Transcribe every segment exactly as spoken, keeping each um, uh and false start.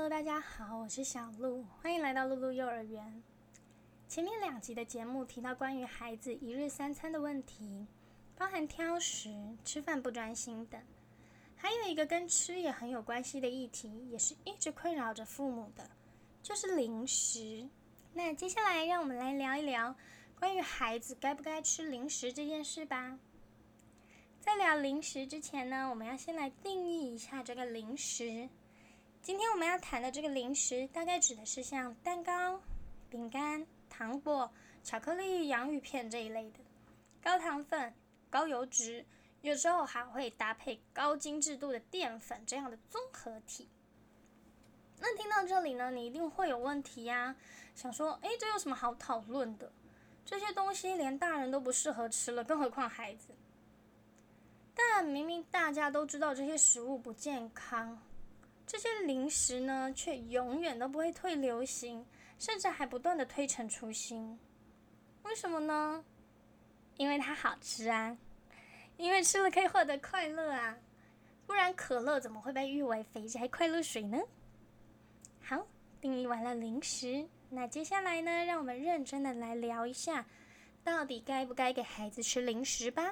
Hello， 大家好，我是小鹿，欢迎来到露露幼儿园。前面两集的节目提到关于孩子一日三餐的问题，包含挑食、吃饭不专心等。还有一个跟吃也很有关系的议题，也是一直困扰着父母的，就是零食。那接下来让我们来聊一聊关于孩子该不该吃零食这件事吧。在聊零食之前呢，我们要先来定义一下这个零食。今天我们要谈的这个零食，大概指的是像蛋糕、饼干、糖果、巧克力、洋芋片这一类的，高糖分、高油脂，有时候还会搭配高精致度的淀粉这样的综合体。那听到这里呢，你一定会有问题呀、啊，想说，诶，这有什么好讨论的？这些东西连大人都不适合吃了，更何况孩子。但明明大家都知道这些食物不健康，这些零食呢，却永远都不会退流行，甚至还不断的推陈出新。为什么呢？因为它好吃啊，因为吃了可以获得快乐啊，不然可乐怎么会被誉为肥宅快乐水呢？好，定义完了零食，那接下来呢，让我们认真的来聊一下，到底该不该给孩子吃零食吧。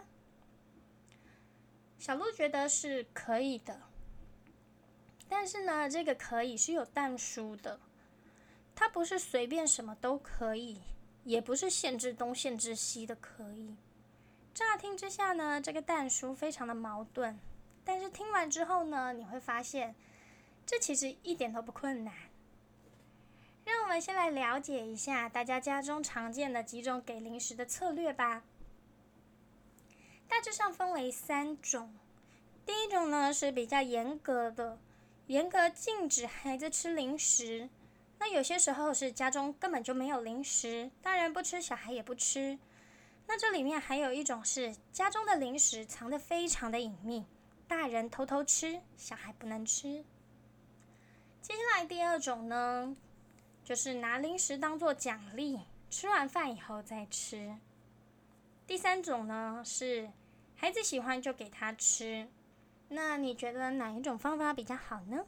小鹿觉得是可以的，但是呢，这个可以是有但书的，它不是随便什么都可以，也不是限制东限制西的可以。乍听之下呢，这个但书非常的矛盾，但是听完之后呢，你会发现这其实一点都不困难。让我们先来了解一下大家家中常见的几种给零食的策略吧。大致上分为三种。第一种呢是比较严格的，严格禁止孩子吃零食。那有些时候是家中根本就没有零食，大人不吃，小孩也不吃。那这里面还有一种是家中的零食藏得非常的隐秘，大人偷偷吃，小孩不能吃。接下来第二种呢，就是拿零食当作奖励，吃完饭以后再吃。第三种呢是孩子喜欢就给他吃。那你觉得哪一种方法比较好呢？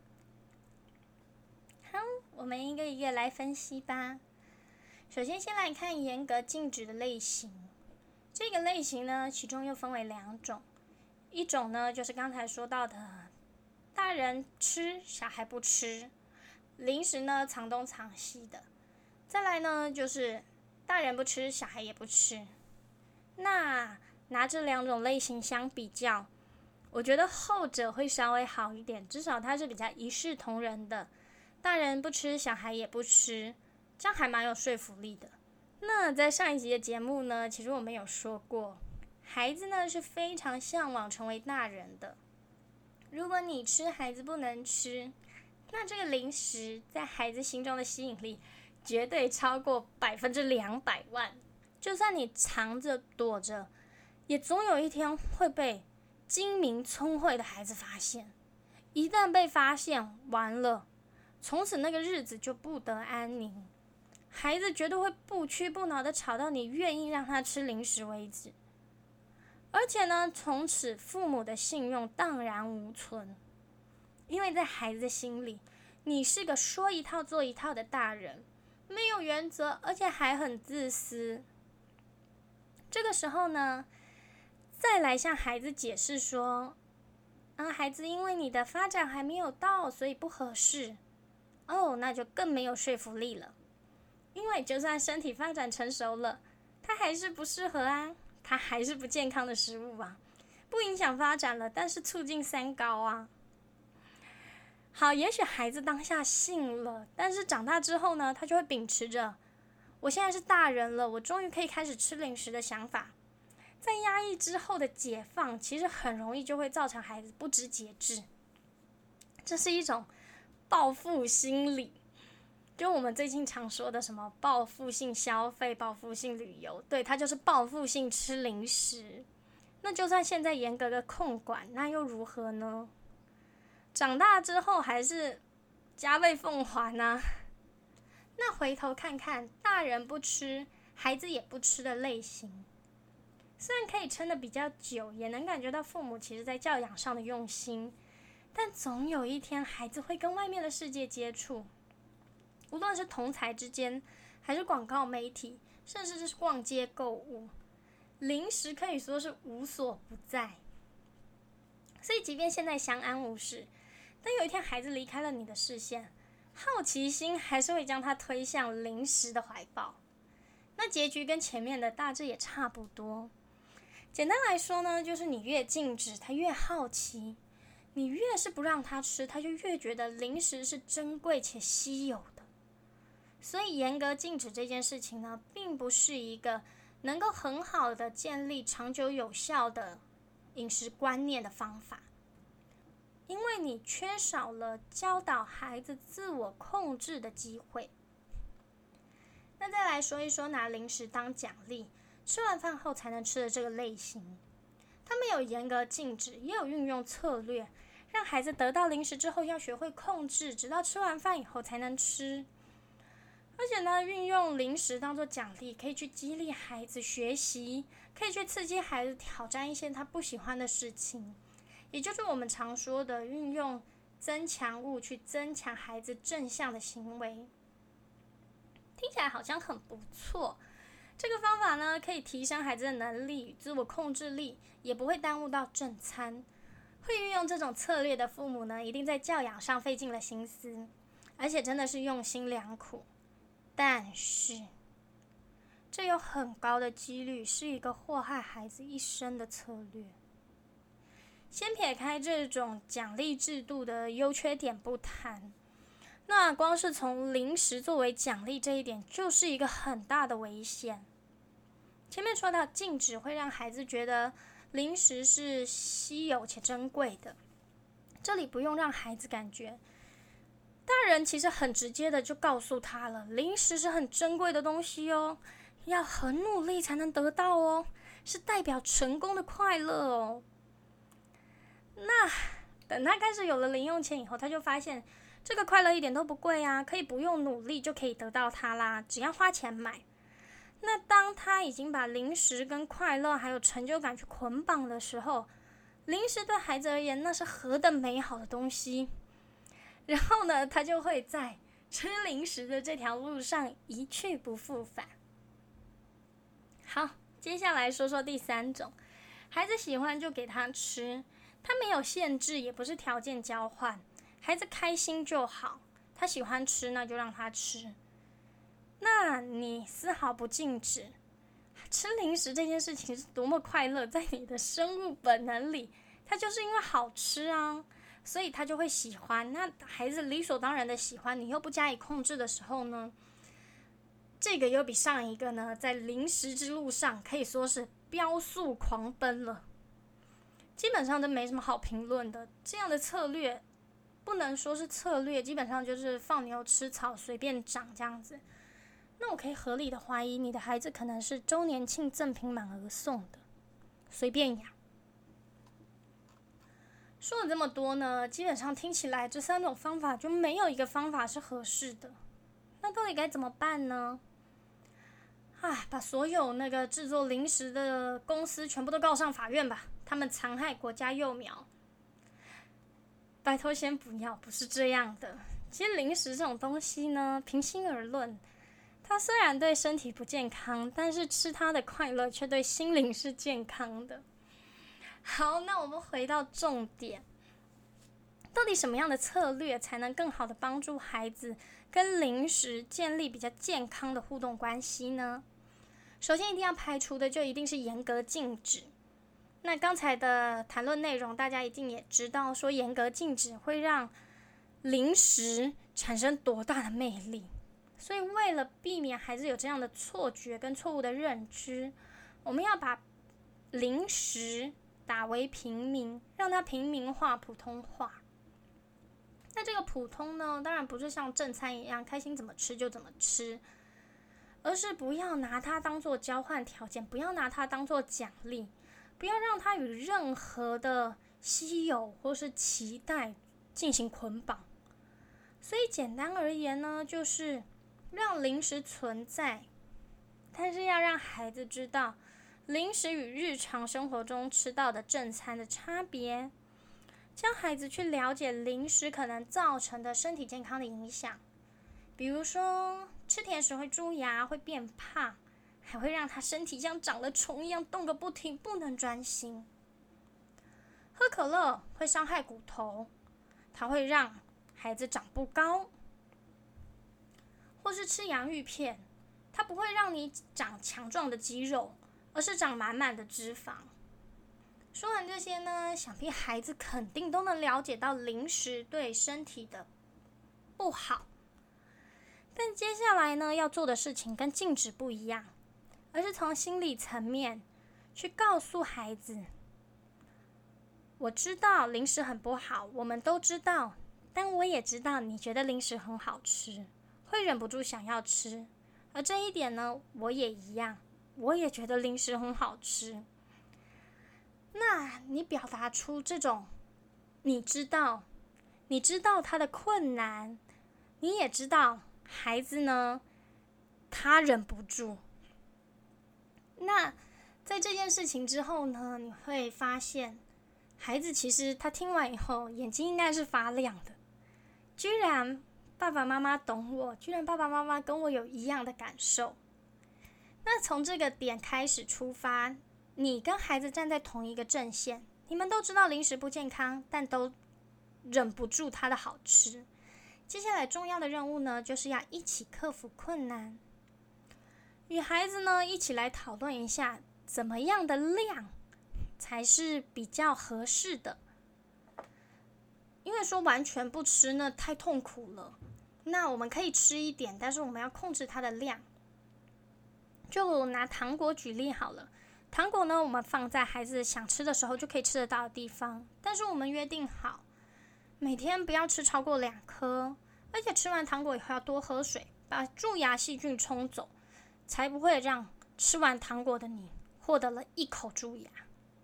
好，我们一个一个来分析吧。首先先来看严格禁止的类型。这个类型呢，其中又分为两种。一种呢，就是刚才说到的，大人吃，小孩不吃，零食呢藏东藏西的。再来呢，就是大人不吃，小孩也不吃。那拿这两种类型相比较，我觉得后者会稍微好一点，至少它是比较一视同仁的，大人不吃，小孩也不吃，这样还蛮有说服力的。那在上一集的节目呢，其实我们有说过，孩子呢是非常向往成为大人的。如果你吃，孩子不能吃，那这个零食在孩子心中的吸引力绝对超过百分之两百万。就算你藏着躲着，也总有一天会被精明聪慧的孩子发现。一旦被发现，完了，从此那个日子就不得安宁。孩子绝对会不屈不挠的吵到你愿意让他吃零食为止。而且呢，从此父母的信用荡然无存。因为在孩子心里，你是个说一套做一套的大人，没有原则，而且还很自私。这个时候呢，再来向孩子解释说，啊，孩子因为你的发展还没有到，所以不合适。哦，那就更没有说服力了。因为就算身体发展成熟了，它还是不适合啊，它还是不健康的食物啊，不影响发展了，但是促进三高啊。好，也许孩子当下信了，但是长大之后呢，他就会秉持着我现在是大人了，我终于可以开始吃零食的想法。在压抑之后的解放，其实很容易就会造成孩子不知节制。这是一种报复心理，就我们最近常说的什么报复性消费、报复性旅游，对，它就是报复性吃零食。那就算现在严格的控管，那又如何呢？长大之后还是加倍奉还啊。那回头看看大人不吃，孩子也不吃的类型，虽然可以撑得比较久，也能感觉到父母其实在教养上的用心， 但总有一天孩子会跟外面的世界接触，无论是同侪之间，还是广告媒体，甚至是逛街购物，零食可以说是无所不在。所以即便现在相安无事，但有一天孩子离开了你的视线，好奇心还是会将他推向零食的怀抱。那结局跟前面的大致也差不多。简单来说呢，就是你越禁止他越好奇，你越是不让他吃，他就越觉得零食是珍贵且稀有的。所以严格禁止这件事情呢，并不是一个能够很好的建立长久有效的饮食观念的方法，因为你缺少了教导孩子自我控制的机会。那再来说一说拿零食当奖励，吃完饭后才能吃的这个类型，他们有严格禁止，也有运用策略，让孩子得到零食之后要学会控制，直到吃完饭以后才能吃。而且呢，运用零食当作奖励，可以去激励孩子学习，可以去刺激孩子挑战一些他不喜欢的事情，也就是我们常说的运用增强物去增强孩子正向的行为。听起来好像很不错，这个方法呢，可以提升孩子的能力与自我控制力，也不会耽误到正餐。会运用这种策略的父母呢，一定在教养上费尽了心思，而且真的是用心良苦。但是，这有很高的几率是一个祸害孩子一生的策略。先撇开这种奖励制度的优缺点不谈，那光是从零食作为奖励这一点，就是一个很大的危险。前面说到禁止会让孩子觉得零食是稀有且珍贵的，这里不用让孩子感觉，大人其实很直接的就告诉他了，零食是很珍贵的东西哦，要很努力才能得到哦，是代表成功的快乐哦。那等他开始有了零用钱以后，他就发现这个快乐一点都不贵啊，可以不用努力就可以得到它啦，只要花钱买。那当他已经把零食跟快乐还有成就感去捆绑的时候，零食对孩子而言那是何等美好的东西。然后呢，他就会在吃零食的这条路上一去不复返。好，接下来说说第三种，孩子喜欢就给他吃，他没有限制，也不是条件交换，孩子开心就好，他喜欢吃那就让他吃。那你丝毫不禁止，吃零食这件事情是多么快乐，在你的生物本能里，它就是因为好吃啊，所以他就会喜欢。那孩子理所当然的喜欢，你又不加以控制的时候呢，这个又比上一个呢，在零食之路上可以说是飙速狂奔了。基本上都没什么好评论的，这样的策略不能说是策略，基本上就是放牛吃草随便长这样子。那我可以合理的怀疑，你的孩子可能是周年庆赠品满额送的，随便养。说了这么多呢，基本上听起来这三种方法就没有一个方法是合适的。那到底该怎么办呢？唉，把所有那个制作零食的公司全部都告上法院吧，他们残害国家幼苗。拜托先不要，不是这样的。其实零食这种东西呢，平心而论，它虽然对身体不健康，但是吃它的快乐却对心灵是健康的。好，那我们回到重点，到底什么样的策略才能更好的帮助孩子跟零食建立比较健康的互动关系呢？首先一定要排除的就一定是严格禁止。那刚才的谈论内容，大家一定也知道，说严格禁止会让零食产生多大的魅力。所以为了避免孩子有这样的错觉跟错误的认知，我们要把零食打为平民，让它平民化、普通化。那这个普通呢，当然不是像正餐一样开心怎么吃就怎么吃，而是不要拿它当作交换条件，不要拿它当作奖励，不要让它与任何的稀有或是期待进行捆绑。所以简单而言呢，就是让零食存在，但是要让孩子知道零食与日常生活中吃到的正餐的差别。 教孩子去了解零食可能造成的身体健康的影响，比如说吃甜食会蛀牙，会变胖，还会让他身体像长了虫一样动个不停，不能专心。喝可乐会伤害骨头，它会让孩子长不高。或是吃洋芋片，它不会让你长强壮的肌肉，而是长满满的脂肪。说完这些呢，想必孩子肯定都能了解到零食对身体的不好。但接下来呢，要做的事情跟禁止不一样，而是从心理层面去告诉孩子，我知道零食很不好，我们都知道，但我也知道你觉得零食很好吃，会忍不住想要吃，而这一点呢，我也一样，我也觉得零食很好吃。那你表达出这种你知道你知道他的困难，你也知道孩子呢他忍不住。那在这件事情之后呢，你会发现孩子其实他听完以后眼睛应该是发亮的，居然爸爸妈妈懂我，居然爸爸妈妈跟我有一样的感受。那从这个点开始出发，你跟孩子站在同一个阵线，你们都知道零食不健康，但都忍不住它的好吃。接下来重要的任务呢，就是要一起克服困难，与孩子呢一起来讨论一下，怎么样的量才是比较合适的。因为说完全不吃呢太痛苦了，那我们可以吃一点，但是我们要控制它的量。就拿糖果举例好了，糖果呢，我们放在孩子想吃的时候就可以吃得到的地方，但是我们约定好，每天不要吃超过两颗，而且吃完糖果以后要多喝水，把蛀牙细菌冲走，才不会让吃完糖果的你获得了一口蛀牙。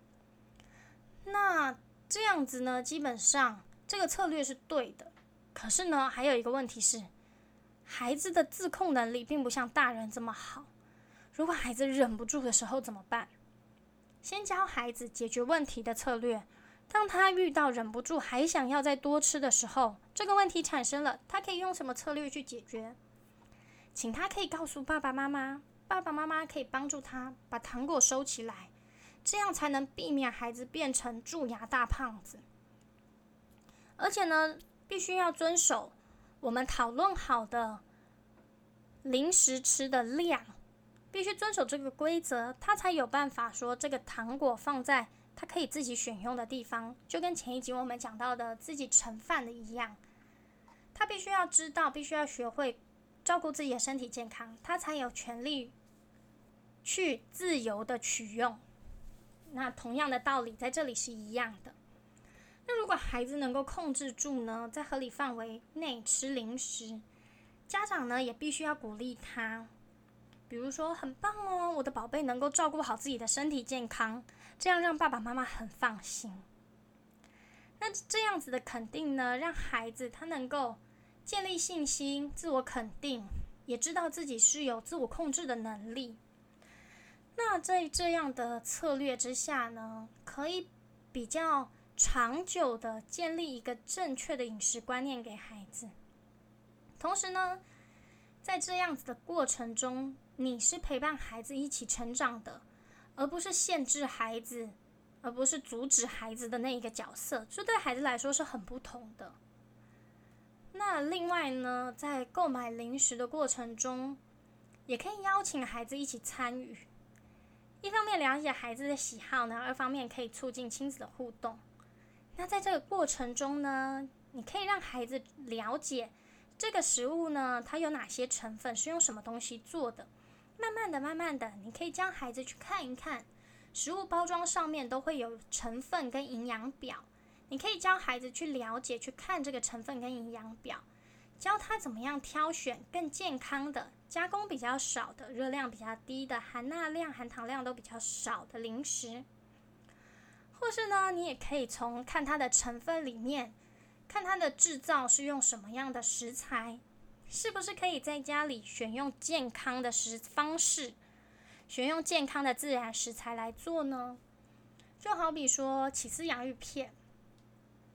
那这样子呢，基本上这个策略是对的。可是呢，还有一个问题是，孩子的自控能力并不像大人这么好。如果孩子忍不住的时候怎么办？先教孩子解决问题的策略。当他遇到忍不住还想要再多吃的时候，这个问题产生了，他可以用什么策略去解决？请他可以告诉爸爸妈妈，爸爸妈妈可以帮助他把糖果收起来，这样才能避免孩子变成蛀牙大胖子。而且呢，必须要遵守我们讨论好的零食吃的量，必须遵守这个规则，他才有办法说这个糖果放在他可以自己选用的地方，就跟前一集我们讲到的自己盛饭的一样。他必须要知道，必须要学会照顾自己的身体健康，他才有权利去自由的取用。那同样的道理在这里是一样的。那如果孩子能够控制住呢，在合理范围内吃零食，家长呢也必须要鼓励他，比如说很棒哦，我的宝贝能够照顾好自己的身体健康，这样让爸爸妈妈很放心。那这样子的肯定呢，让孩子他能够建立信心，自我肯定，也知道自己是有自我控制的能力。那在这样的策略之下呢，可以比较长久的建立一个正确的饮食观念给孩子。同时呢，在这样子的过程中，你是陪伴孩子一起成长的，而不是限制孩子，而不是阻止孩子的那一个角色，这对孩子来说是很不同的。那另外呢，在购买零食的过程中，也可以邀请孩子一起参与，一方面了解孩子的喜好呢，二方面可以促进亲子的互动。那在这个过程中呢，你可以让孩子了解这个食物呢，它有哪些成分，是用什么东西做的。慢慢的慢慢的，你可以将孩子去看一看，食物包装上面都会有成分跟营养表，你可以教孩子去了解，去看这个成分跟营养表，教他怎么样挑选更健康的，加工比较少的，热量比较低的，含钠量含糖量都比较少的零食。或是呢，你也可以从看它的成分里面，看它的制造是用什么样的食材，是不是可以在家里选用健康的食方式，选用健康的自然食材来做呢？就好比说起司洋芋片，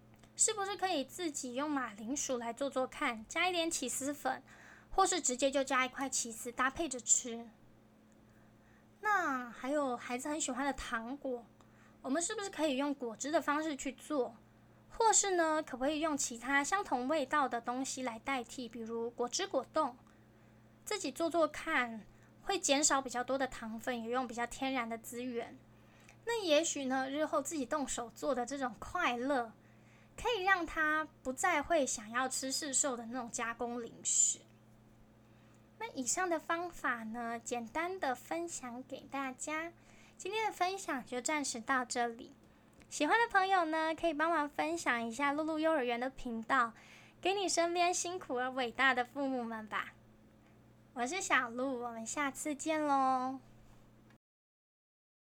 是不是可以自己用马铃薯来做做看，加一点起司粉，或是直接就加一块起司搭配着吃？那还有孩子很喜欢的糖果，我们是不是可以用果汁的方式去做？或是呢，可不可以用其他相同味道的东西来代替，比如果汁果冻？自己做做看，会减少比较多的糖分，也用比较天然的资源。那也许呢，日后自己动手做的这种快乐，可以让他不再会想要吃市售的那种加工零食。那以上的方法呢，简单的分享给大家。今天的分享就暂时到这里。喜欢的朋友呢，可以帮忙分享一下露露幼儿园的频道，给你身边辛苦而伟大的父母们吧。我是小鹿，我们下次见喽。